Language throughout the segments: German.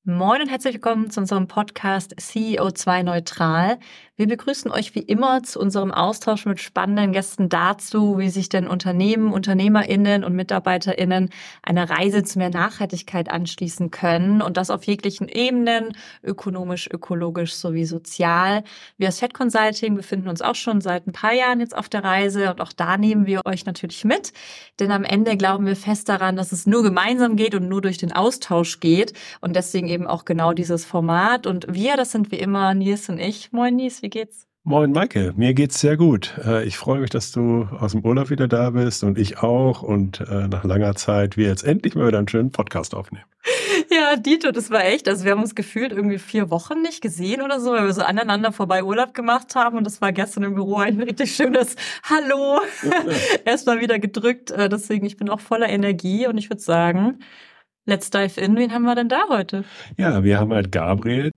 Moin und herzlich willkommen zu unserem Podcast CEO2 Neutral. Wir begrüßen euch wie immer zu unserem Austausch mit spannenden Gästen dazu, wie sich denn Unternehmen, UnternehmerInnen und MitarbeiterInnen einer Reise zu mehr Nachhaltigkeit anschließen können und das auf jeglichen Ebenen, ökonomisch, ökologisch sowie sozial. Wir als Fed Consulting befinden uns auch schon seit ein paar Jahren jetzt auf der Reise und auch da nehmen wir euch natürlich mit, denn am Ende glauben wir fest daran, dass es nur gemeinsam geht und nur durch den Austausch geht und deswegen eben auch genau dieses Format. Und wir, das sind wie immer Nils und ich. Moin Nils, wie geht's? Moin Maike, mir geht's sehr gut. Ich freue mich, dass du aus dem Urlaub wieder da bist und ich auch und nach langer Zeit wir jetzt endlich mal wieder einen schönen Podcast aufnehmen. Ja, Dito, das war echt, also wir haben uns gefühlt irgendwie 4 Wochen nicht gesehen oder so, weil wir so aneinander vorbei Urlaub gemacht haben und das war gestern im Büro ein richtig schönes Hallo. Erstmal wieder gedrückt, deswegen ich bin auch voller Energie und ich würde sagen, let's dive in. Wen haben wir denn da heute? Ja, wir haben halt Gabriel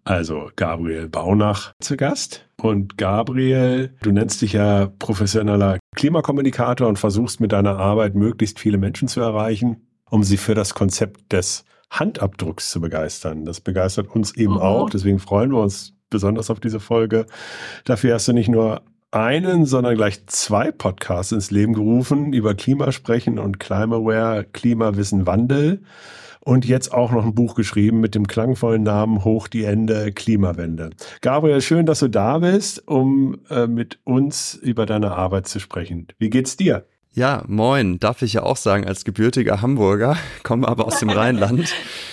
Baunach zu Gast. Und Gabriel, du nennst dich ja professioneller Klimakommunikator und versuchst mit deiner Arbeit möglichst viele Menschen zu erreichen, um sie für das Konzept des Handabdrucks zu begeistern. Das begeistert uns eben auch, deswegen freuen wir uns besonders auf diese Folge. Dafür hast du nicht nur einen, sondern gleich 2 Podcasts ins Leben gerufen, über Klimasprechen und Climaware, Klimawissen, Wandel. Und jetzt auch noch ein Buch geschrieben mit dem klangvollen Namen Hoch die Ende, Klimawende. Gabriel, schön, dass du da bist, um mit uns über deine Arbeit zu sprechen. Wie geht's dir? Ja, moin, darf ich ja auch sagen, als gebürtiger Hamburger, komme aber aus dem Rheinland.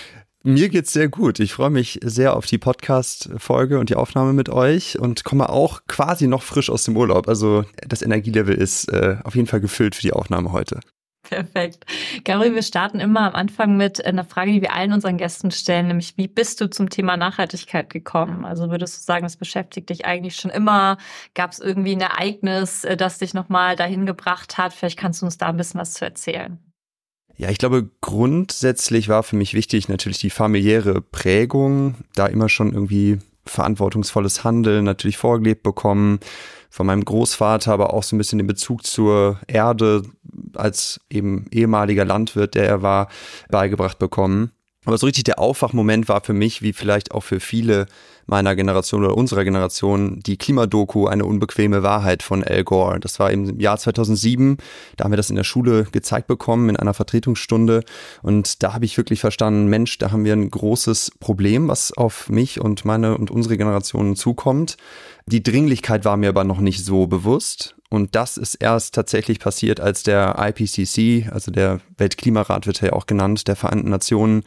Mir geht's sehr gut. Ich freue mich sehr auf die Podcast-Folge und die Aufnahme mit euch und komme auch quasi noch frisch aus dem Urlaub. Also das Energielevel ist auf jeden Fall gefüllt für die Aufnahme heute. Perfekt. Gabriel, wir starten immer am Anfang mit einer Frage, die wir allen unseren Gästen stellen, nämlich wie bist du zum Thema Nachhaltigkeit gekommen? Also würdest du sagen, das beschäftigt dich eigentlich schon immer? Gab es irgendwie ein Ereignis, das dich nochmal dahin gebracht hat? Vielleicht kannst du uns da ein bisschen was zu erzählen. Ja, ich glaube, grundsätzlich war für mich wichtig natürlich die familiäre Prägung, da immer schon irgendwie verantwortungsvolles Handeln natürlich vorgelebt bekommen, von meinem Großvater, aber auch so ein bisschen den Bezug zur Erde als eben ehemaliger Landwirt, der er war, beigebracht bekommen. Aber so richtig der Aufwachmoment war für mich, wie vielleicht auch für viele meiner Generation oder unserer Generation, die Klimadoku Eine unbequeme Wahrheit von Al Gore. Das war im Jahr 2007, da haben wir das in der Schule gezeigt bekommen, in einer Vertretungsstunde. Und da habe ich wirklich verstanden, Mensch, da haben wir ein großes Problem, was auf mich und meine und unsere Generation zukommt. Die Dringlichkeit war mir aber noch nicht so bewusst. Und das ist erst tatsächlich passiert, als der IPCC, also der Weltklimarat wird ja auch genannt, der Vereinten Nationen,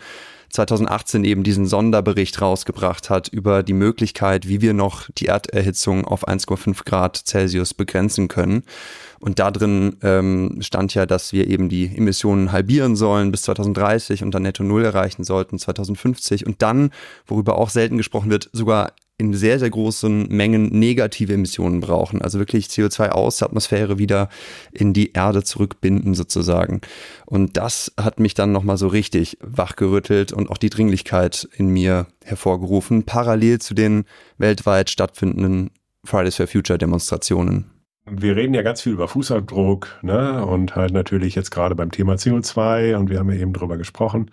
2018 eben diesen Sonderbericht rausgebracht hat über die Möglichkeit, wie wir noch die Erderhitzung auf 1,5 Grad Celsius begrenzen können. Und da drin stand ja, dass wir eben die Emissionen halbieren sollen bis 2030 und dann Netto Null erreichen sollten 2050 und dann, worüber auch selten gesprochen wird, sogar in sehr, sehr großen Mengen negative Emissionen brauchen. Also wirklich CO2 aus der Atmosphäre wieder in die Erde zurückbinden sozusagen. Und das hat mich dann nochmal so richtig wachgerüttelt und auch die Dringlichkeit in mir hervorgerufen, parallel zu den weltweit stattfindenden Fridays for Future Demonstrationen. Wir reden ja ganz viel über Fußabdruck, ne? Und halt natürlich jetzt gerade beim Thema CO2 und wir haben ja eben drüber gesprochen.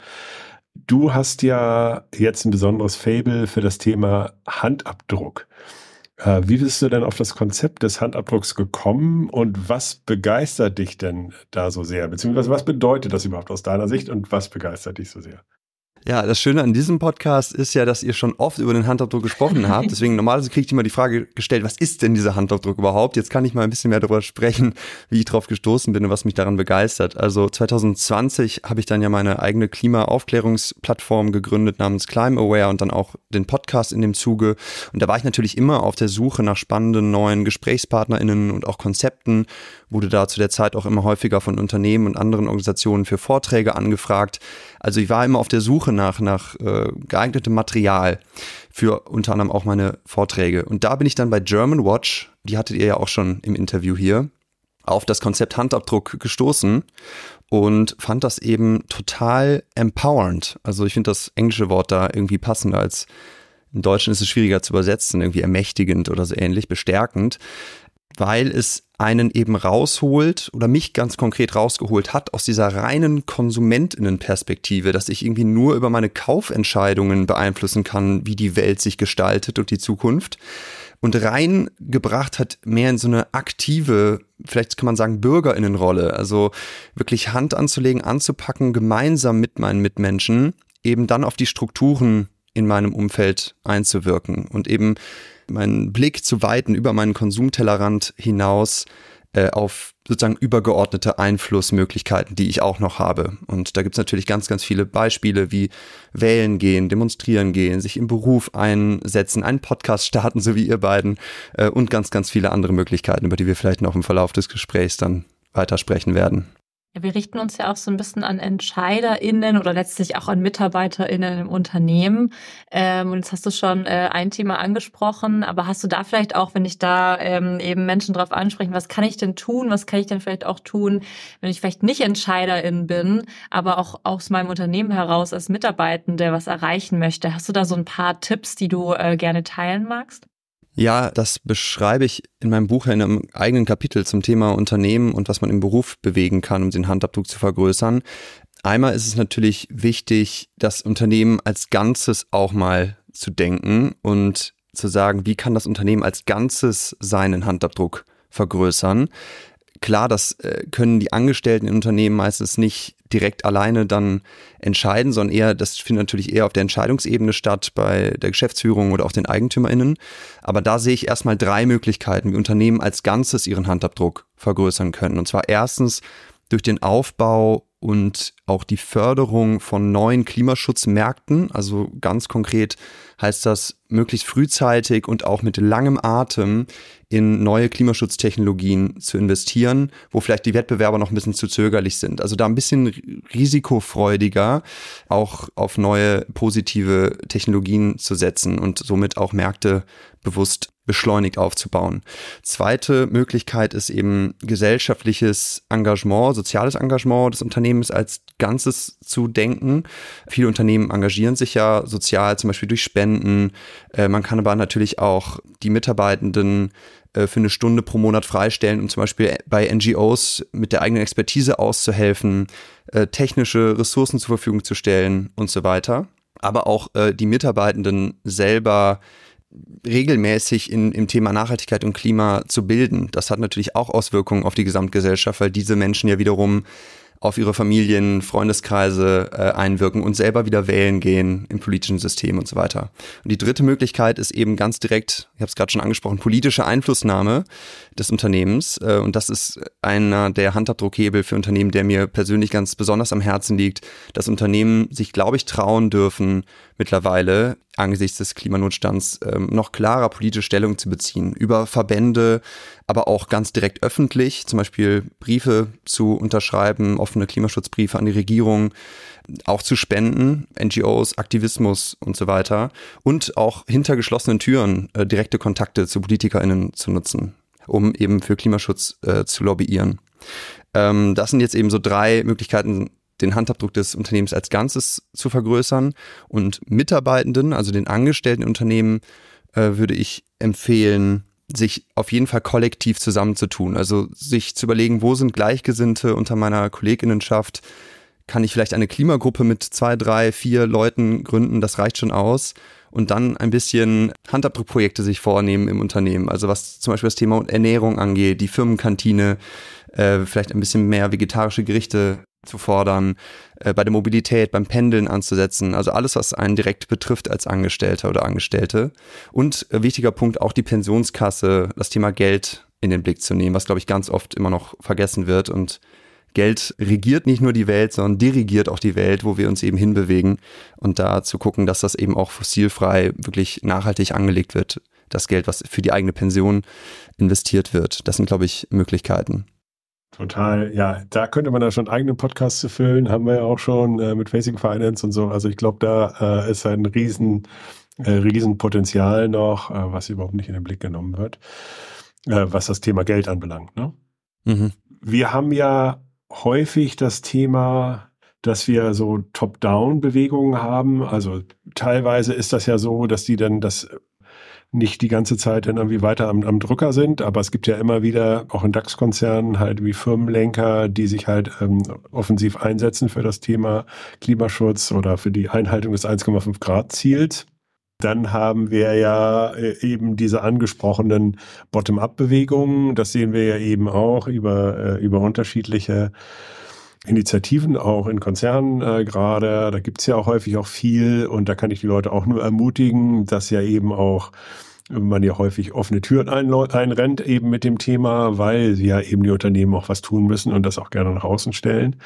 Du hast ja jetzt ein besonderes Faible für das Thema Handabdruck. Wie bist du denn auf das Konzept des Handabdrucks gekommen und was begeistert dich denn da so sehr? Beziehungsweise was bedeutet das überhaupt aus deiner Sicht und was begeistert dich so sehr? Ja, das Schöne an diesem Podcast ist ja, dass ihr schon oft über den Handabdruck gesprochen habt. Deswegen normalerweise kriege ich immer die Frage gestellt, was ist denn dieser Handabdruck überhaupt? Jetzt kann ich mal ein bisschen mehr darüber sprechen, wie ich drauf gestoßen bin und was mich daran begeistert. Also 2020 habe ich dann ja meine eigene Klimaaufklärungsplattform gegründet namens Climaware und dann auch den Podcast in dem Zuge. Und da war ich natürlich immer auf der Suche nach spannenden neuen GesprächspartnerInnen und auch Konzepten. Wurde da zu der Zeit auch immer häufiger von Unternehmen und anderen Organisationen für Vorträge angefragt. Also ich war immer auf der Suche nach geeignetem Material für unter anderem auch meine Vorträge. Und da bin ich dann bei Germanwatch, die hattet ihr ja auch schon im Interview hier, auf das Konzept Handabdruck gestoßen und fand das eben total empowernd. Also ich finde das englische Wort da irgendwie passender als im Deutschen ist es schwieriger zu übersetzen, irgendwie ermächtigend oder so ähnlich, bestärkend. weil es einen eben rausholt oder mich ganz konkret rausgeholt hat aus dieser reinen KonsumentInnenperspektive, dass ich irgendwie nur über meine Kaufentscheidungen beeinflussen kann, wie die Welt sich gestaltet und die Zukunft. Und reingebracht hat mehr in so eine aktive, vielleicht kann man sagen, BürgerInnenrolle. Also wirklich Hand anzulegen, anzupacken, gemeinsam mit meinen Mitmenschen, eben dann auf die Strukturen in meinem Umfeld einzuwirken und eben meinen Blick zu weiten über meinen Konsumtellerrand hinaus auf sozusagen übergeordnete Einflussmöglichkeiten, die ich auch noch habe. Und da gibt es natürlich ganz, ganz viele Beispiele wie wählen gehen, demonstrieren gehen, sich im Beruf einsetzen, einen Podcast starten, so wie ihr beiden, und ganz, ganz viele andere Möglichkeiten, über die wir vielleicht noch im Verlauf des Gesprächs dann weitersprechen werden. Ja, wir richten uns ja auch so ein bisschen an EntscheiderInnen oder letztlich auch an MitarbeiterInnen im Unternehmen. Und jetzt hast du schon ein Thema angesprochen, aber hast du da vielleicht auch, wenn ich da eben Menschen drauf ansprechen, was kann ich denn tun, was kann ich denn vielleicht auch tun, wenn ich vielleicht nicht EntscheiderIn bin, aber auch aus meinem Unternehmen heraus als Mitarbeitende was erreichen möchte? Hast du da so ein paar Tipps, die du gerne teilen magst? Ja, das beschreibe ich in meinem Buch in einem eigenen Kapitel zum Thema Unternehmen und was man im Beruf bewegen kann, um den Handabdruck zu vergrößern. Einmal ist es natürlich wichtig, das Unternehmen als Ganzes auch mal zu denken und zu sagen, wie kann das Unternehmen als Ganzes seinen Handabdruck vergrößern. Klar, das können die Angestellten in Unternehmen meistens nicht direkt alleine dann entscheiden, sondern das findet natürlich eher auf der Entscheidungsebene statt, bei der Geschäftsführung oder auch den EigentümerInnen. Aber da sehe ich erstmal 3 Möglichkeiten, wie Unternehmen als Ganzes ihren Handabdruck vergrößern können. Und zwar erstens durch den Aufbau und auch die Förderung von neuen Klimaschutzmärkten. Also ganz konkret heißt das, möglichst frühzeitig und auch mit langem Atem in neue Klimaschutztechnologien zu investieren, wo vielleicht die Wettbewerber noch ein bisschen zu zögerlich sind. Also da ein bisschen risikofreudiger auch auf neue positive Technologien zu setzen und somit auch Märkte bewusst beschleunigt aufzubauen. Zweite Möglichkeit ist eben gesellschaftliches Engagement, soziales Engagement des Unternehmens als Ganzes zu denken. Viele Unternehmen engagieren sich ja sozial, zum Beispiel durch Spenden. Man kann aber natürlich auch die Mitarbeitenden für eine Stunde pro Monat freistellen, um zum Beispiel bei NGOs mit der eigenen Expertise auszuhelfen, technische Ressourcen zur Verfügung zu stellen und so weiter. Aber auch die Mitarbeitenden selber regelmäßig im Thema Nachhaltigkeit und Klima zu bilden. Das hat natürlich auch Auswirkungen auf die Gesamtgesellschaft, weil diese Menschen ja wiederum auf ihre Familien, Freundeskreise einwirken und selber wieder wählen gehen im politischen System und so weiter. Und die dritte Möglichkeit ist eben ganz direkt, ich habe es gerade schon angesprochen, politische Einflussnahme des Unternehmens. Und das ist einer der Handabdruckhebel für Unternehmen, der mir persönlich ganz besonders am Herzen liegt, dass Unternehmen sich, glaube ich, trauen dürfen, mittlerweile angesichts des Klimanotstands noch klarer politische Stellung zu beziehen. Über Verbände, aber auch ganz direkt öffentlich, zum Beispiel Briefe zu unterschreiben, offene Klimaschutzbriefe an die Regierung, auch zu spenden, NGOs, Aktivismus und so weiter. Und auch hinter geschlossenen Türen direkte Kontakte zu PolitikerInnen zu nutzen, um eben für Klimaschutz zu lobbyieren. Das sind jetzt eben so 3 Möglichkeiten, den Handabdruck des Unternehmens als Ganzes zu vergrößern. Und Mitarbeitenden, also den Angestellten im Unternehmen, würde ich empfehlen, sich auf jeden Fall kollektiv zusammenzutun. Also sich zu überlegen, wo sind Gleichgesinnte unter meiner KollegInnenschaft? Kann ich vielleicht eine Klimagruppe mit 2, 3, 4 Leuten gründen? Das reicht schon aus. Und dann ein bisschen Handabdruckprojekte sich vornehmen im Unternehmen. Also was zum Beispiel das Thema Ernährung angeht, die Firmenkantine, vielleicht ein bisschen mehr vegetarische Gerichte zu fordern, bei der Mobilität, beim Pendeln anzusetzen. Also alles, was einen direkt betrifft als Angestellter oder Angestellte. Und wichtiger Punkt, auch die Pensionskasse, das Thema Geld in den Blick zu nehmen, was, glaube ich, ganz oft immer noch vergessen wird. Und Geld regiert nicht nur die Welt, sondern dirigiert auch die Welt, wo wir uns eben hinbewegen. Und da zu gucken, dass das eben auch fossilfrei wirklich nachhaltig angelegt wird. Das Geld, was für die eigene Pension investiert wird. Das sind, glaube ich, Möglichkeiten. Total, ja, da könnte man da schon einen eigenen Podcast zu füllen, haben wir ja auch schon mit Facing Finance und so. Also ich glaube, da ist ein riesen Potenzial noch, was überhaupt nicht in den Blick genommen wird, was das Thema Geld anbelangt. Ne? Mhm. Wir haben ja häufig das Thema, dass wir so Top-Down-Bewegungen haben. Also teilweise ist das ja so, dass die dann das nicht die ganze Zeit dann irgendwie weiter am Drücker sind, aber es gibt ja immer wieder auch in DAX-Konzernen halt wie Firmenlenker, die sich halt offensiv einsetzen für das Thema Klimaschutz oder für die Einhaltung des 1,5 Grad Ziels. Dann haben wir ja eben diese angesprochenen Bottom-up-Bewegungen. Das sehen wir ja eben auch über unterschiedliche Initiativen, auch in Konzernen gerade. Da gibt's ja auch häufig auch viel und da kann ich die Leute auch nur ermutigen, dass ja eben auch man ja häufig offene Türen einrennt eben mit dem Thema, weil ja eben die Unternehmen auch was tun müssen und das auch gerne nach außen stellen.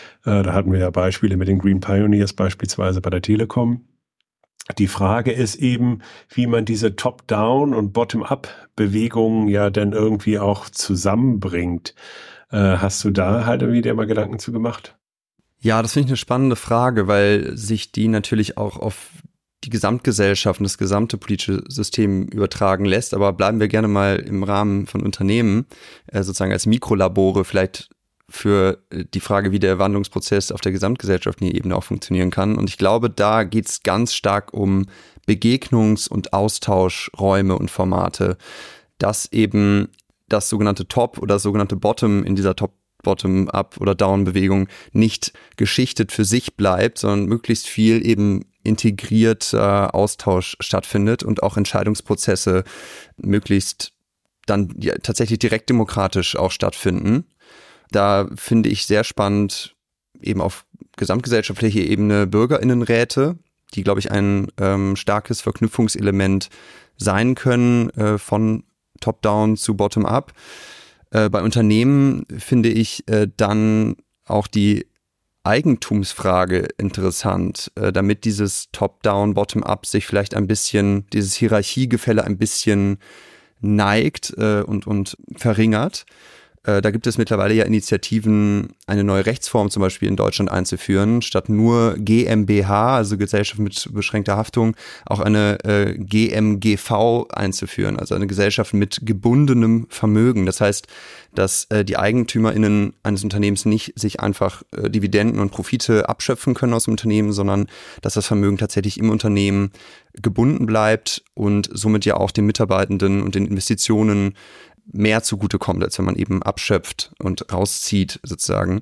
Da hatten wir ja Beispiele mit den Green Pioneers beispielsweise bei der Telekom. Die Frage ist eben, wie man diese Top-Down- und Bottom-up-Bewegungen ja dann irgendwie auch zusammenbringt. Hast du da halt irgendwie dir mal Gedanken zu gemacht? Ja, das finde ich eine spannende Frage, weil sich die natürlich auch auf die Gesamtgesellschaft und das gesamte politische System übertragen lässt. Aber bleiben wir gerne mal im Rahmen von Unternehmen, sozusagen als Mikrolabore vielleicht für die Frage, wie der Wandlungsprozess auf der gesamtgesellschaftlichen Ebene auch funktionieren kann. Und ich glaube, da geht es ganz stark um Begegnungs- und Austauschräume und Formate, dass eben das sogenannte Top oder sogenannte Bottom in dieser Top-Bottom-Up- oder Down-Bewegung nicht geschichtet für sich bleibt, sondern möglichst viel eben integriert Austausch stattfindet und auch Entscheidungsprozesse möglichst dann ja, tatsächlich direkt demokratisch auch stattfinden. Da finde ich sehr spannend eben auf gesamtgesellschaftlicher Ebene BürgerInnenräte, die, glaube ich, ein starkes Verknüpfungselement sein können von Top-Down zu Bottom-Up. Bei Unternehmen finde ich dann auch die Eigentumsfrage interessant, damit dieses Top-Down, Bottom-Up sich vielleicht ein bisschen, dieses Hierarchiegefälle ein bisschen neigt und verringert. Da gibt es mittlerweile ja Initiativen, eine neue Rechtsform zum Beispiel in Deutschland einzuführen, statt nur GmbH, also Gesellschaft mit beschränkter Haftung, auch eine GmbV einzuführen, also eine Gesellschaft mit gebundenem Vermögen. Das heißt, dass die EigentümerInnen eines Unternehmens nicht sich einfach Dividenden und Profite abschöpfen können aus dem Unternehmen, sondern dass das Vermögen tatsächlich im Unternehmen gebunden bleibt und somit ja auch den Mitarbeitenden und den Investitionen mehr zugutekommt, als wenn man eben abschöpft und rauszieht sozusagen.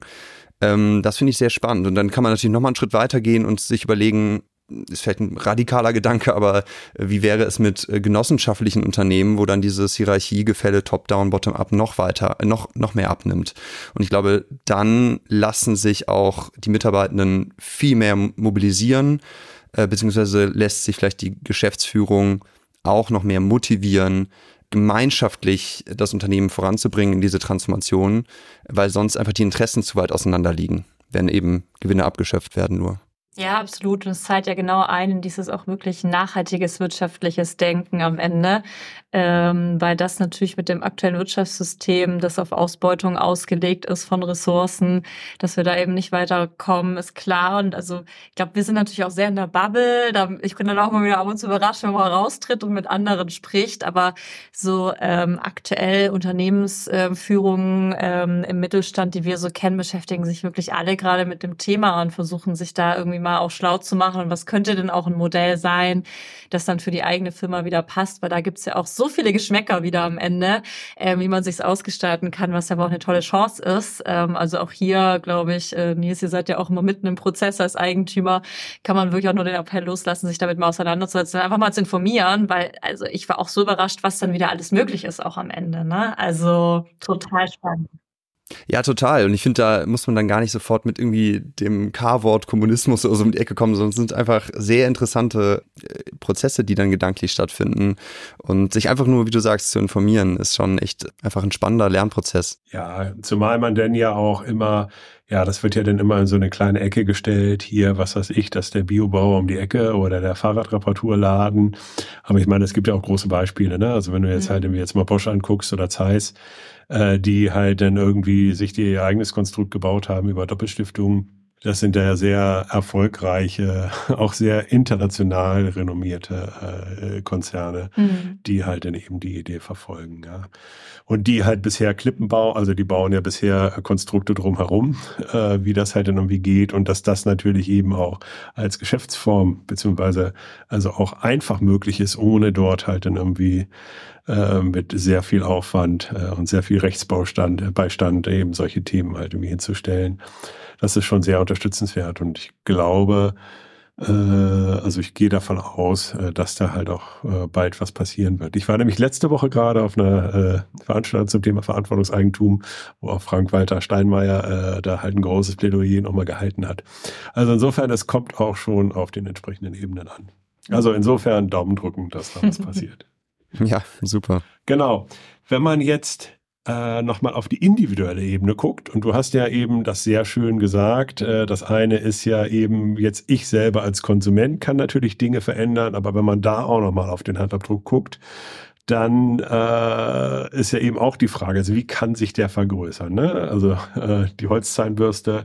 Das finde ich sehr spannend. Und dann kann man natürlich nochmal einen Schritt weitergehen und sich überlegen, ist vielleicht ein radikaler Gedanke, aber wie wäre es mit genossenschaftlichen Unternehmen, wo dann dieses Hierarchiegefälle Top-Down, Bottom-Up noch mehr abnimmt. Und ich glaube, dann lassen sich auch die Mitarbeitenden viel mehr mobilisieren, beziehungsweise lässt sich vielleicht die Geschäftsführung auch noch mehr motivieren, gemeinschaftlich das Unternehmen voranzubringen in diese Transformation, weil sonst einfach die Interessen zu weit auseinander liegen, wenn eben Gewinne abgeschöpft werden nur. Ja, absolut. Und es zahlt ja genau ein in dieses auch wirklich nachhaltiges wirtschaftliches Denken am Ende, weil das natürlich mit dem aktuellen Wirtschaftssystem, das auf Ausbeutung ausgelegt ist von Ressourcen, dass wir da eben nicht weiterkommen, ist klar. Und also ich glaube, wir sind natürlich auch sehr in der Bubble. Ich bin dann auch mal wieder ab und zu überrascht, wenn man raustritt und mit anderen spricht. Aber so aktuell Unternehmensführungen im Mittelstand, die wir so kennen, beschäftigen sich wirklich alle gerade mit dem Thema und versuchen sich da irgendwie mal auch schlau zu machen. Und was könnte denn auch ein Modell sein, das dann für die eigene Firma wieder passt? Weil da gibt's ja auch so viele Geschmäcker wieder am Ende, wie man sich's ausgestalten kann, was aber auch eine tolle Chance ist. Also auch hier, glaube ich, Nils, ihr seid ja auch immer mitten im Prozess als Eigentümer, kann man wirklich auch nur den Appell loslassen, sich damit mal auseinanderzusetzen, einfach mal zu informieren, weil also ich war auch so überrascht, was dann wieder alles möglich ist auch am Ende. Ne? Also total spannend. Ja, total. Und ich finde, da muss man dann gar nicht sofort mit irgendwie dem K-Wort Kommunismus oder so um die Ecke kommen, sondern es sind einfach sehr interessante Prozesse, die dann gedanklich stattfinden. Und sich einfach nur, wie du sagst, zu informieren, ist schon echt einfach ein spannender Lernprozess. Ja, zumal man denn ja auch immer, ja, das wird ja dann immer in so eine kleine Ecke gestellt. Hier, was weiß ich, das ist der Biobauer um die Ecke oder der Fahrradreparaturladen. Aber ich meine, es gibt ja auch große Beispiele, ne? Also wenn du jetzt halt irgendwie jetzt mal Bosch anguckst oder Zeiss, die halt dann irgendwie sich ihr eigenes Konstrukt gebaut haben über Doppelstiftung. Das sind ja sehr erfolgreiche, auch sehr international renommierte Konzerne, die halt dann eben die Idee verfolgen. Ja. Und die halt bisher Klippenbau, also die bauen ja bisher Konstrukte drumherum, wie das halt dann irgendwie geht und dass das natürlich eben auch als Geschäftsform beziehungsweise also auch einfach möglich ist, ohne dort halt dann irgendwie mit sehr viel Aufwand und sehr viel Beistand eben solche Themen halt irgendwie hinzustellen. Das ist schon sehr unterstützenswert und ich glaube, also ich gehe davon aus, dass da halt auch bald was passieren wird. Ich war nämlich letzte Woche gerade auf einer Veranstaltung zum Thema Verantwortungseigentum, wo auch Frank-Walter Steinmeier da halt ein großes Plädoyer nochmal gehalten hat. Also insofern, es kommt auch schon auf den entsprechenden Ebenen an. Also insofern Daumen drücken, dass da was passiert. Ja, super. Genau. Wenn man jetzt nochmal auf die individuelle Ebene guckt, und du hast ja eben das sehr schön gesagt, das eine ist ja eben jetzt ich selber als Konsument kann natürlich Dinge verändern, aber wenn man da auch nochmal auf den Handabdruck guckt, dann ist ja eben auch die Frage, also wie kann sich der vergrößern? Ne? Also die Holzzahnbürste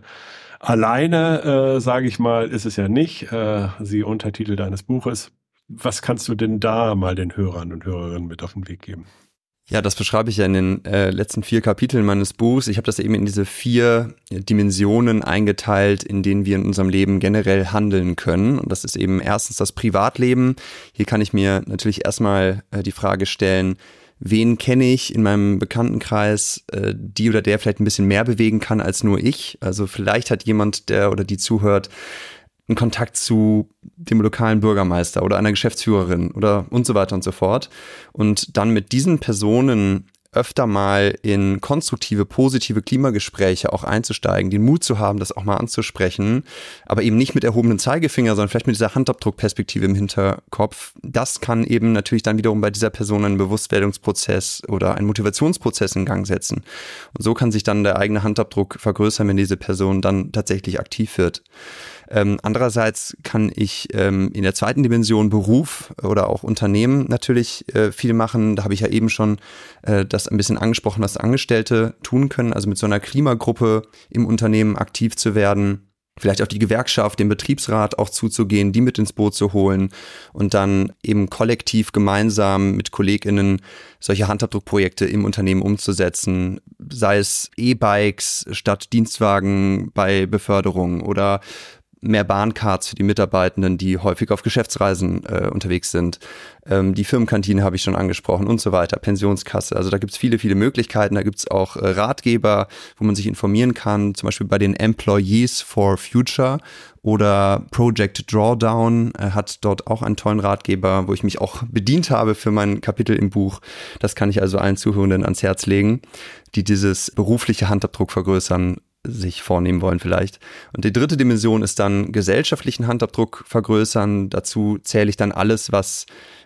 alleine, sage ich mal, ist es ja nicht, siehe Untertitel deines Buches. Was kannst du denn da mal den Hörern und Hörerinnen mit auf den Weg geben? Ja, das beschreibe ich ja in den letzten 4 Kapiteln meines Buchs. Ich habe das eben in diese 4 Dimensionen eingeteilt, in denen wir in unserem Leben generell handeln können. Und das ist eben erstens das Privatleben. Hier kann ich mir natürlich erstmal die Frage stellen, wen kenne ich in meinem Bekanntenkreis, die oder der vielleicht ein bisschen mehr bewegen kann als nur ich. Also vielleicht hat jemand, der oder die zuhört, einen Kontakt zu dem lokalen Bürgermeister oder einer Geschäftsführerin oder und so weiter und so fort. Und dann mit diesen Personen öfter mal in konstruktive, positive Klimagespräche auch einzusteigen, den Mut zu haben, das auch mal anzusprechen, aber eben nicht mit erhobenem Zeigefinger, sondern vielleicht mit dieser Handabdruckperspektive im Hinterkopf. Das kann eben natürlich dann wiederum bei dieser Person einen Bewusstwerdungsprozess oder einen Motivationsprozess in Gang setzen. Und so kann sich dann der eigene Handabdruck vergrößern, wenn diese Person dann tatsächlich aktiv wird. Andererseits kann ich in der zweiten Dimension Beruf oder auch Unternehmen natürlich viel machen. Da habe ich ja eben schon das ein bisschen angesprochen, was Angestellte tun können, also mit so einer Klimagruppe im Unternehmen aktiv zu werden. Vielleicht auf die Gewerkschaft, den Betriebsrat auch zuzugehen, die mit ins Boot zu holen und dann eben kollektiv gemeinsam mit KollegInnen solche Handabdruckprojekte im Unternehmen umzusetzen, sei es E-Bikes statt Dienstwagen bei Beförderung oder mehr Bahncards für die Mitarbeitenden, die häufig auf Geschäftsreisen unterwegs sind. Die Firmenkantine habe ich schon angesprochen und so weiter, Pensionskasse. Also da gibt es viele, viele Möglichkeiten. Da gibt es auch Ratgeber, wo man sich informieren kann, zum Beispiel bei den Employees for Future oder Project Drawdown hat dort auch einen tollen Ratgeber, wo ich mich auch bedient habe für mein Kapitel im Buch. Das kann ich also allen Zuhörenden ans Herz legen, die dieses berufliche Handabdruck vergrößern sich vornehmen wollen vielleicht. Und die dritte Dimension ist dann gesellschaftlichen Handabdruck vergrößern. Dazu zähle ich dann alles, was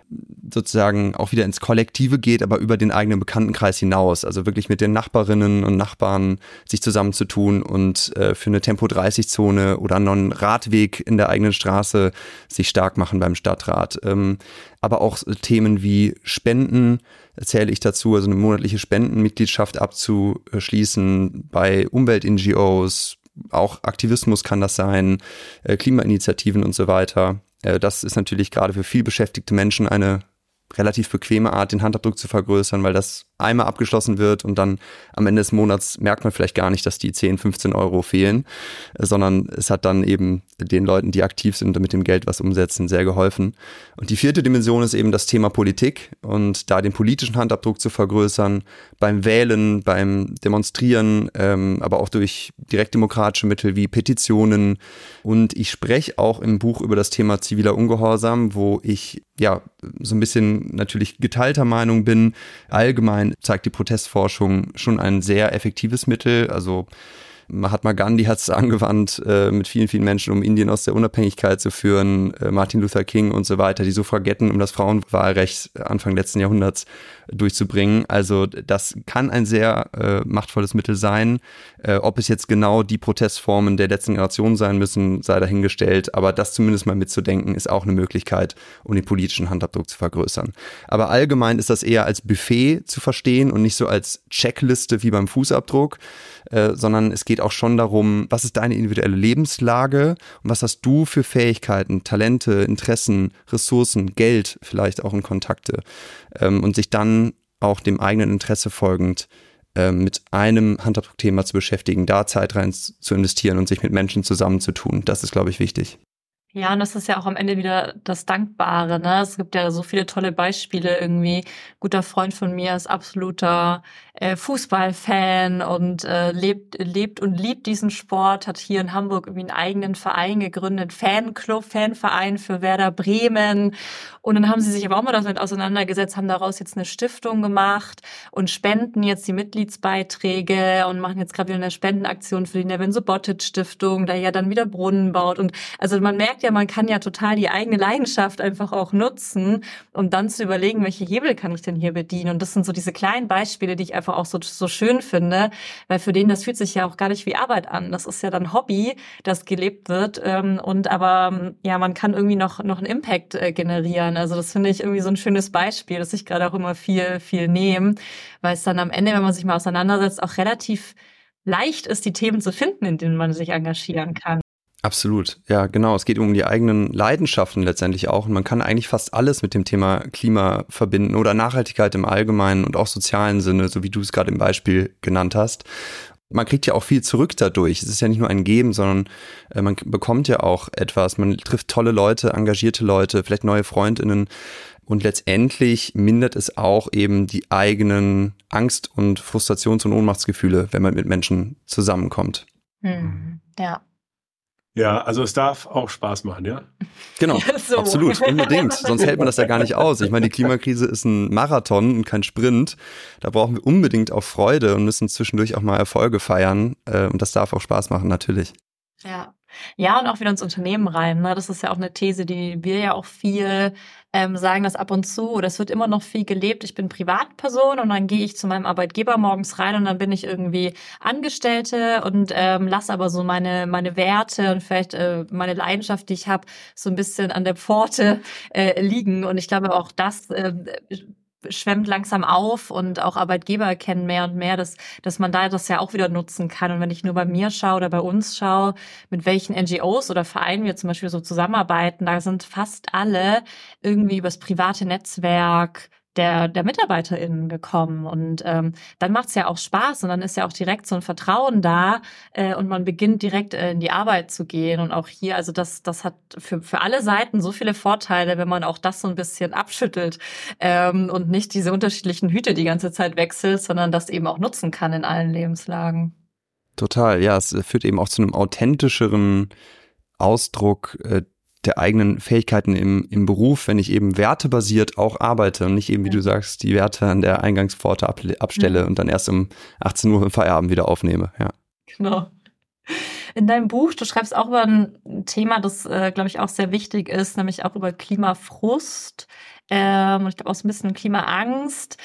sozusagen auch wieder ins Kollektive geht, aber über den eigenen Bekanntenkreis hinaus. Also wirklich mit den Nachbarinnen und Nachbarn sich zusammenzutun und für eine Tempo-30-Zone oder einen neuen Radweg in der eigenen Straße sich stark machen beim Stadtrat. Aber auch Themen wie Spenden zähle ich dazu, also eine monatliche Spendenmitgliedschaft abzuschließen bei Umwelt-NGOs, auch Aktivismus kann das sein, Klimainitiativen und so weiter. Das ist natürlich gerade für viel beschäftigte Menschen eine relativ bequeme Art, den Handabdruck zu vergrößern, weil das einmal abgeschlossen wird und dann am Ende des Monats merkt man vielleicht gar nicht, dass die 10, 15 Euro fehlen, sondern es hat dann eben den Leuten, die aktiv sind und mit dem Geld was umsetzen, sehr geholfen. Und die vierte Dimension ist eben das Thema Politik und da den politischen Handabdruck zu vergrößern, beim Wählen, beim Demonstrieren, aber auch durch direktdemokratische Mittel wie Petitionen. Und ich spreche auch im Buch über das Thema ziviler Ungehorsam, wo ich ja so ein bisschen natürlich geteilter Meinung bin. Allgemein zeigt die Protestforschung schon ein sehr effektives Mittel. Also Mahatma Gandhi hat es angewandt mit vielen, vielen Menschen, um Indien aus der Unabhängigkeit zu führen, Martin Luther King und so weiter, die Suffragetten, um das Frauenwahlrecht Anfang letzten Jahrhunderts durchzubringen. Also das kann ein sehr machtvolles Mittel sein. Ob es jetzt genau die Protestformen der letzten Generation sein müssen, sei dahingestellt. Aber das zumindest mal mitzudenken, ist auch eine Möglichkeit, um den politischen Handabdruck zu vergrößern. Aber allgemein ist das eher als Buffet zu verstehen und nicht so als Checkliste wie beim Fußabdruck, sondern es geht geht auch schon darum, was ist deine individuelle Lebenslage und was hast du für Fähigkeiten, Talente, Interessen, Ressourcen, Geld vielleicht auch in Kontakte und sich dann auch dem eigenen Interesse folgend mit einem Handwerkthema zu beschäftigen, da Zeit rein zu investieren und sich mit Menschen zusammenzutun. Das ist, glaube ich, wichtig. Ja, und das ist ja auch am Ende wieder das Dankbare, ne? Es gibt ja so viele tolle Beispiele irgendwie. Guter Freund von mir ist absoluter Fußballfan und lebt und liebt diesen Sport, hat hier in Hamburg irgendwie einen eigenen Verein gegründet, Fanverein für Werder Bremen. Und dann haben sie sich aber auch mal damit auseinandergesetzt, haben daraus jetzt eine Stiftung gemacht und spenden jetzt die Mitgliedsbeiträge und machen jetzt gerade wieder eine Spendenaktion für die Nevin Subotic Stiftung, der ja dann wieder Brunnen baut. Und also man merkt ja, man kann ja total die eigene Leidenschaft einfach auch nutzen, um dann zu überlegen, welche Hebel kann ich denn hier bedienen. Und das sind so diese kleinen Beispiele, die ich einfach auch so schön finde, weil für den, das fühlt sich ja auch gar nicht wie Arbeit an. Das ist ja dann Hobby, das gelebt wird. Aber man kann irgendwie noch einen Impact generieren. Also das finde ich irgendwie so ein schönes Beispiel, das ich gerade auch immer viel nehme, weil es dann am Ende, wenn man sich mal auseinandersetzt, auch relativ leicht ist, die Themen zu finden, in denen man sich engagieren kann. Absolut, ja genau. Es geht um die eigenen Leidenschaften letztendlich auch und man kann eigentlich fast alles mit dem Thema Klima verbinden oder Nachhaltigkeit im Allgemeinen und auch sozialen Sinne, so wie du es gerade im Beispiel genannt hast. Man kriegt ja auch viel zurück dadurch. Es ist ja nicht nur ein Geben, sondern man bekommt ja auch etwas. Man trifft tolle Leute, engagierte Leute, vielleicht neue FreundInnen und letztendlich mindert es auch eben die eigenen Angst- und Frustrations- und Ohnmachtsgefühle, wenn man mit Menschen zusammenkommt. Ja. Ja, also es darf auch Spaß machen, ja? Genau, So. absolut, unbedingt. Sonst hält man das ja gar nicht aus. Ich meine, die Klimakrise ist ein Marathon und kein Sprint. Da brauchen wir unbedingt auch Freude und müssen zwischendurch auch mal Erfolge feiern. Und das darf auch Spaß machen, natürlich. Ja, und auch wieder ins Unternehmen rein. Ne? Das ist ja auch eine These, die wir ja auch viel sagen, dass ab und zu, oder es wird immer noch viel gelebt, ich bin Privatperson und dann gehe ich zu meinem Arbeitgeber morgens rein und dann bin ich irgendwie Angestellte und lasse aber so meine Werte und vielleicht meine Leidenschaft, die ich habe, so ein bisschen an der Pforte liegen. Und ich glaube, auch das schwemmt langsam auf und auch Arbeitgeber erkennen mehr und mehr, dass man da das ja auch wieder nutzen kann. Und wenn ich nur bei mir schaue oder bei uns schaue, mit welchen NGOs oder Vereinen wir zum Beispiel so zusammenarbeiten, da sind fast alle irgendwie übers private Netzwerk der MitarbeiterInnen gekommen. Und dann macht's ja auch Spaß und dann ist ja auch direkt so ein Vertrauen da und man beginnt direkt in die Arbeit zu gehen. Und auch hier, also das hat für alle Seiten so viele Vorteile, wenn man auch das so ein bisschen abschüttelt und nicht diese unterschiedlichen Hüte die ganze Zeit wechselt, sondern das eben auch nutzen kann in allen Lebenslagen. Total, ja, es führt eben auch zu einem authentischeren Ausdruck der eigenen Fähigkeiten im Beruf, wenn ich eben wertebasiert auch arbeite und nicht eben, wie du sagst, die Werte an der Eingangspforte abstelle und dann erst um 18 Uhr im Feierabend wieder aufnehme. Ja. Genau. In deinem Buch, du schreibst auch über ein Thema, das, glaube ich, auch sehr wichtig ist, nämlich auch über Klimafrust. Und ich glaube auch so ein bisschen Klimaangst.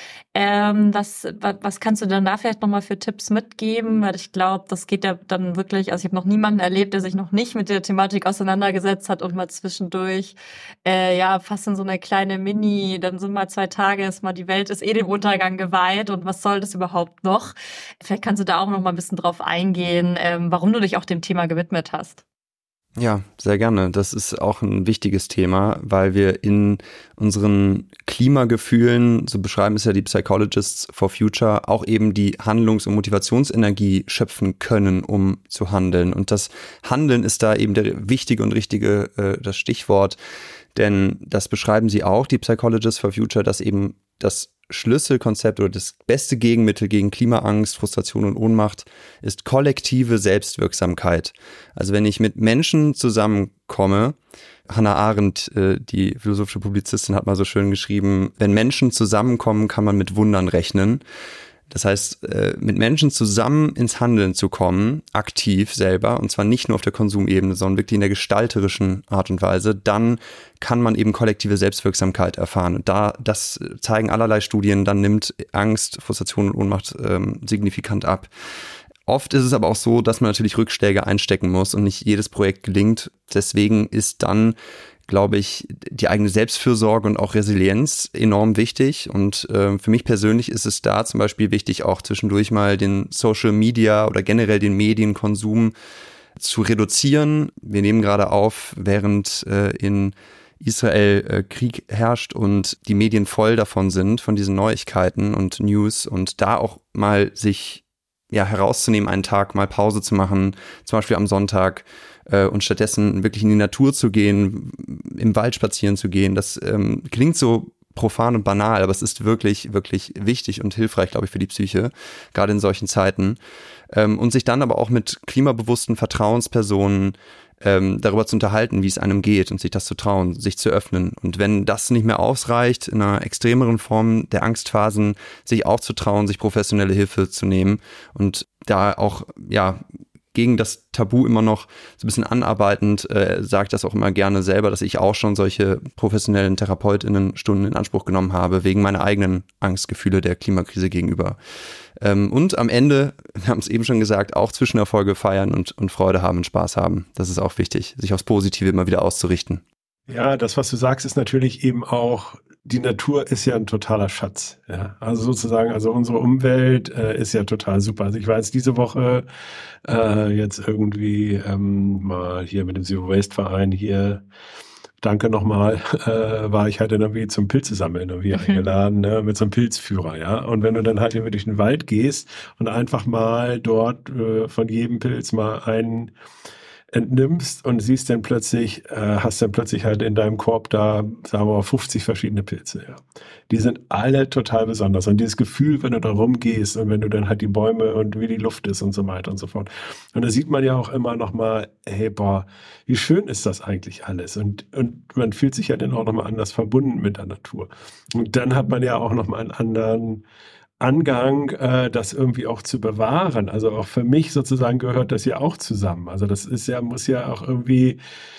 Was kannst du denn da vielleicht nochmal für Tipps mitgeben? Weil ich glaube, das geht ja dann wirklich, also ich habe noch niemanden erlebt, der sich noch nicht mit der Thematik auseinandergesetzt hat und mal zwischendurch, fast in so eine kleine dann sind mal 2 Tage, die Welt ist dem Untergang geweiht und was soll das überhaupt noch? Vielleicht kannst du da auch noch mal ein bisschen drauf eingehen, warum du dich auch dem Thema gewidmet hast. Ja, sehr gerne. Das ist auch ein wichtiges Thema, weil wir in unseren Klimagefühlen, so beschreiben es ja die Psychologists for Future, auch eben die Handlungs- und Motivationsenergie schöpfen können, um zu handeln. Und das Handeln ist da eben der wichtige und richtige, das Stichwort. Denn das beschreiben sie auch, die Psychologists for Future, dass eben das Schlüsselkonzept oder das beste Gegenmittel gegen Klimaangst, Frustration und Ohnmacht ist kollektive Selbstwirksamkeit. Also wenn ich mit Menschen zusammenkomme, Hannah Arendt, die philosophische Publizistin, hat mal so schön geschrieben, wenn Menschen zusammenkommen, kann man mit Wundern rechnen. Das heißt, mit Menschen zusammen ins Handeln zu kommen, aktiv selber, und zwar nicht nur auf der Konsumebene, sondern wirklich in der gestalterischen Art und Weise, dann kann man eben kollektive Selbstwirksamkeit erfahren. Und das zeigen allerlei Studien, dann nimmt Angst, Frustration und Ohnmacht signifikant ab. Oft ist es aber auch so, dass man natürlich Rückschläge einstecken muss und nicht jedes Projekt gelingt. Deswegen ist dann, glaube ich, die eigene Selbstfürsorge und auch Resilienz enorm wichtig. Und für mich persönlich ist es da zum Beispiel wichtig, auch zwischendurch mal den Social Media oder generell den Medienkonsum zu reduzieren. Wir nehmen gerade auf, während in Israel Krieg herrscht und die Medien voll davon sind, von diesen Neuigkeiten und News, und da auch mal sich herauszunehmen, einen Tag mal Pause zu machen, zum Beispiel am Sonntag, und stattdessen wirklich in die Natur zu gehen, im Wald spazieren zu gehen. Das klingt so profan und banal, aber es ist wirklich, wirklich wichtig und hilfreich, glaube ich, für die Psyche, gerade in solchen Zeiten. Und sich dann aber auch mit klimabewussten Vertrauenspersonen darüber zu unterhalten, wie es einem geht, und sich das zu trauen, sich zu öffnen. Und wenn das nicht mehr ausreicht, in einer extremeren Form der Angstphasen, sich auch zu trauen, sich professionelle Hilfe zu nehmen und da auch, gegen das Tabu immer noch so ein bisschen anarbeitend, sage ich das auch immer gerne selber, dass ich auch schon solche professionellen TherapeutInnen-Stunden in Anspruch genommen habe, wegen meiner eigenen Angstgefühle der Klimakrise gegenüber. Und am Ende, wir haben es eben schon gesagt, auch Zwischenerfolge feiern und Freude haben und Spaß haben. Das ist auch wichtig, sich aufs Positive immer wieder auszurichten. Ja, das, was du sagst, ist natürlich eben auch, die Natur ist ja ein totaler Schatz. Ja? Also sozusagen, unsere Umwelt ist ja total super. Also ich war jetzt diese Woche jetzt irgendwie mal hier mit dem Zero Waste Verein hier, danke nochmal, war ich halt dann irgendwie zum Pilzesammeln irgendwie eingeladen, ne, mit so einem Pilzführer, ja. Und wenn du dann halt hier durch den Wald gehst und einfach mal dort von jedem Pilz mal einen entnimmst und siehst dann plötzlich, hast dann plötzlich halt in deinem Korb da, sagen wir mal, 50 verschiedene Pilze, ja. Die sind alle total besonders. Und dieses Gefühl, wenn du da rumgehst und wenn du dann halt die Bäume und wie die Luft ist und so weiter und so fort. Und da sieht man ja auch immer noch mal, hey, boah, wie schön ist das eigentlich alles? Und man fühlt sich ja dann auch noch mal anders verbunden mit der Natur. Und dann hat man ja auch noch mal einen anderen Angang, das irgendwie auch zu bewahren. Also auch für mich sozusagen gehört das ja auch zusammen. Also das ist ja, muss ja auch irgendwie,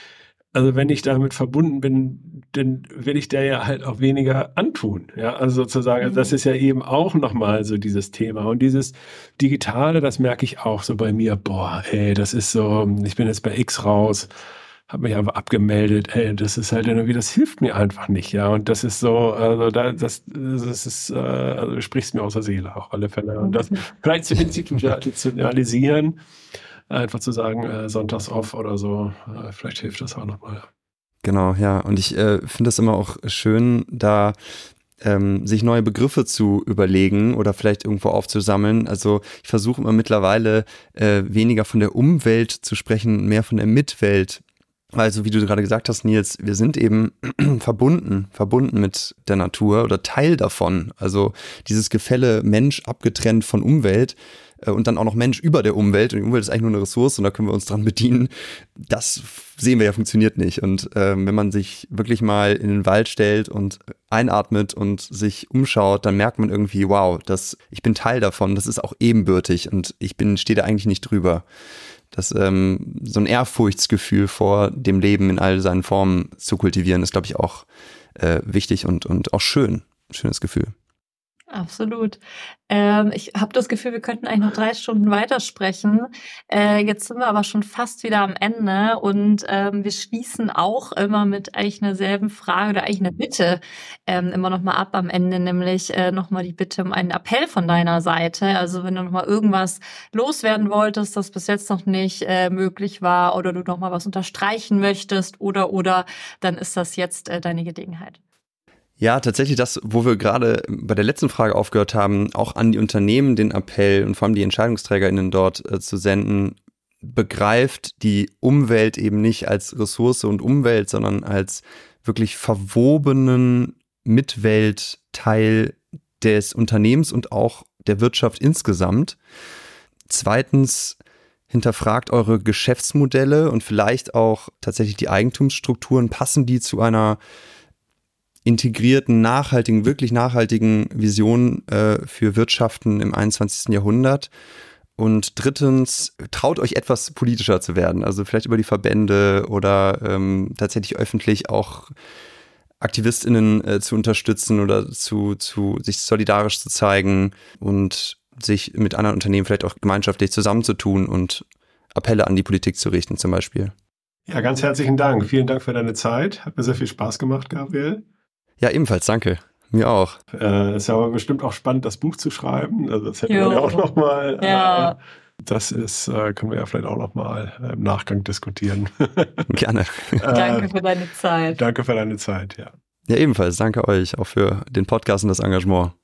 also wenn ich damit verbunden bin, dann will ich der ja halt auch weniger antun. Ja, also sozusagen, das ist ja eben auch nochmal so dieses Thema. Und dieses Digitale, das merke ich auch so bei mir. Boah, ey, das ist so, ich bin jetzt bei X raus, habe mich einfach abgemeldet. Ey, das ist halt irgendwie, das hilft mir einfach nicht. Ja, und das ist so, also das ist, also du sprichst mir aus der Seele auf alle Fälle. Und das vielleicht zu institutionalisieren, einfach zu sagen, sonntags off oder so, vielleicht hilft das auch nochmal. Genau, ja. Und ich finde es immer auch schön, da sich neue Begriffe zu überlegen oder vielleicht irgendwo aufzusammeln. Also ich versuche immer mittlerweile weniger von der Umwelt zu sprechen, mehr von der Mitwelt. Also wie du gerade gesagt hast, Nils, wir sind eben verbunden mit der Natur oder Teil davon. Also dieses Gefälle Mensch abgetrennt von Umwelt und dann auch noch Mensch über der Umwelt. Und die Umwelt ist eigentlich nur eine Ressource und da können wir uns dran bedienen. Das sehen wir ja, funktioniert nicht. Und wenn man sich wirklich mal in den Wald stellt und einatmet und sich umschaut, dann merkt man irgendwie, wow, ich bin Teil davon, das ist auch ebenbürtig und stehe da eigentlich nicht drüber. So ein Ehrfurchtsgefühl vor dem Leben in all seinen Formen zu kultivieren, ist, glaube ich, auch wichtig und auch schön. Ein schönes Gefühl. Absolut. Ich habe das Gefühl, wir könnten eigentlich noch 3 Stunden weitersprechen. Jetzt sind wir aber schon fast wieder am Ende und wir schließen auch immer mit eigentlich einer selben Frage oder eigentlich einer Bitte immer noch mal ab am Ende, nämlich noch mal die Bitte um einen Appell von deiner Seite. Also wenn du noch mal irgendwas loswerden wolltest, das bis jetzt noch nicht möglich war oder du noch mal was unterstreichen möchtest oder, dann ist das jetzt deine Gelegenheit. Ja, tatsächlich das, wo wir gerade bei der letzten Frage aufgehört haben, auch an die Unternehmen den Appell und vor allem die EntscheidungsträgerInnen dort zu senden, begreift die Umwelt eben nicht als Ressource und Umwelt, sondern als wirklich verwobenen Mitweltteil des Unternehmens und auch der Wirtschaft insgesamt. Zweitens, hinterfragt eure Geschäftsmodelle und vielleicht auch tatsächlich die Eigentumsstrukturen. Passen die zu einer integrierten, wirklich nachhaltigen Vision für Wirtschaften im 21. Jahrhundert? Und drittens, traut euch etwas politischer zu werden, also vielleicht über die Verbände oder tatsächlich öffentlich auch AktivistInnen zu unterstützen oder sich solidarisch zu zeigen und sich mit anderen Unternehmen vielleicht auch gemeinschaftlich zusammenzutun und Appelle an die Politik zu richten zum Beispiel. Ja, ganz herzlichen Dank. Vielen Dank für deine Zeit. Hat mir sehr viel Spaß gemacht, Gabriel. Ja, ebenfalls, danke. Mir auch. Ist ja aber bestimmt auch spannend, das Buch zu schreiben. Also das hätten wir ja auch nochmal. Ja. Das ist, können wir ja vielleicht auch nochmal im Nachgang diskutieren. Gerne. Danke für deine Zeit. Danke für deine Zeit, ja. Ja, ebenfalls. Danke euch auch für den Podcast und das Engagement.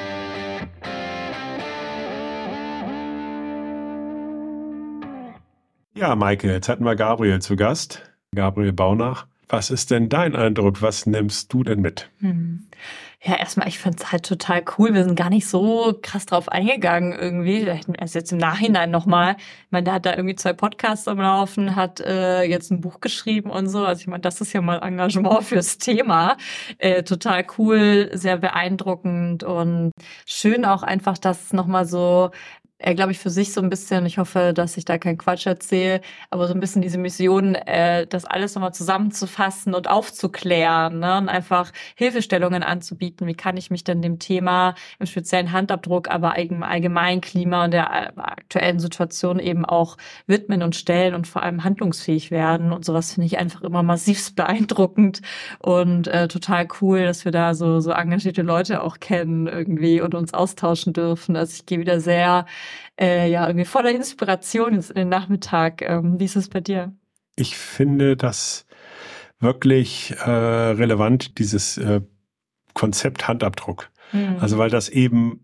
Ja, Maike, jetzt hatten wir Gabriel zu Gast. Gabriel Baunach. Was ist denn dein Eindruck? Was nimmst du denn mit? Ja, erstmal, ich fand es halt total cool. Wir sind gar nicht so krass drauf eingegangen irgendwie. Also jetzt im Nachhinein nochmal. Ich meine, der hat da irgendwie 2 Podcasts am Laufen, hat jetzt ein Buch geschrieben und so. Also ich meine, das ist ja mal Engagement fürs Thema. Total cool, sehr beeindruckend und schön auch einfach, dass es nochmal so er, glaube ich, für sich so ein bisschen, ich hoffe, dass ich da keinen Quatsch erzähle, aber so ein bisschen diese Mission, das alles nochmal zusammenzufassen und aufzuklären, ne? Und einfach Hilfestellungen anzubieten. Wie kann ich mich denn dem Thema im speziellen Handabdruck, aber im allgemeinen Klima und der aktuellen Situation eben auch widmen und stellen und vor allem handlungsfähig werden. Und sowas finde ich einfach immer massivst beeindruckend und total cool, dass wir da so engagierte Leute auch kennen irgendwie und uns austauschen dürfen. Also ich gehe wieder sehr irgendwie voller Inspiration jetzt in den Nachmittag. Wie ist es bei dir? Ich finde das wirklich relevant, dieses Konzept Handabdruck. Also weil das eben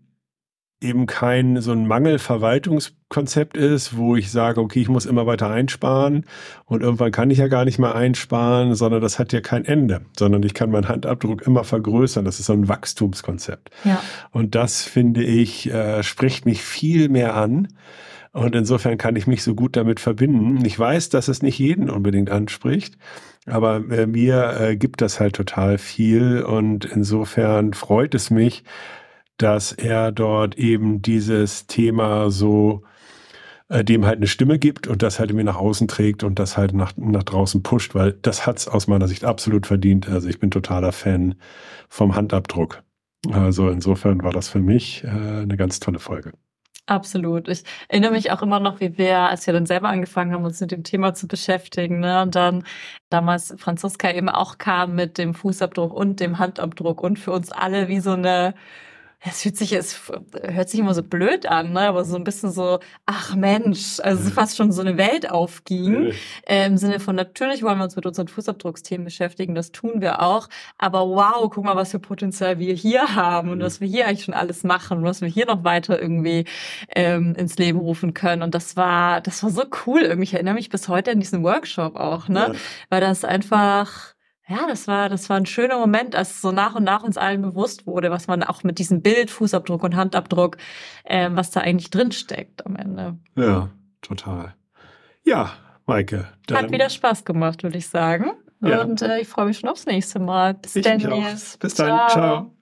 kein so ein Mangelverwaltungskonzept ist, wo ich sage, okay, ich muss immer weiter einsparen und irgendwann kann ich ja gar nicht mehr einsparen, sondern das hat ja kein Ende, sondern ich kann meinen Handabdruck immer vergrößern. Das ist so ein Wachstumskonzept. Ja. Und das, finde ich, spricht mich viel mehr an. Und insofern kann ich mich so gut damit verbinden. Ich weiß, dass es nicht jeden unbedingt anspricht, aber mir gibt das halt total viel. Und insofern freut es mich, dass er dort eben dieses Thema so dem halt eine Stimme gibt und das halt irgendwie nach außen trägt und das halt nach draußen pusht, weil das hat's aus meiner Sicht absolut verdient. Also ich bin totaler Fan vom Handabdruck. Also insofern war das für mich eine ganz tolle Folge. Absolut. Ich erinnere mich auch immer noch, wie wir, als wir dann selber angefangen haben, uns mit dem Thema zu beschäftigen, ne, und dann damals Franziska eben auch kam mit dem Fußabdruck und dem Handabdruck und für uns alle wie so eine es hört sich immer so blöd an, ne? Aber so ein bisschen so, ach Mensch, also fast schon so eine Welt aufging. Im Sinne von, natürlich wollen wir uns mit unseren Fußabdrucksthemen beschäftigen, das tun wir auch. Aber wow, guck mal, was für Potenzial wir hier haben und was wir hier eigentlich schon alles machen und was wir hier noch weiter irgendwie ins Leben rufen können. Und das war so cool irgendwie. Ich erinnere mich bis heute an diesen Workshop auch, ne? Ja. Weil das einfach... Ja, das war ein schöner Moment, als so nach und nach uns allen bewusst wurde, was man auch mit diesem Bild, Fußabdruck und Handabdruck, was da eigentlich drin steckt am Ende. Ja, total. Ja, Maike. Hat wieder Spaß gemacht, würde ich sagen. Ja. Und ich freue mich schon aufs nächste Mal. Bis dann. Bis dann. Ciao.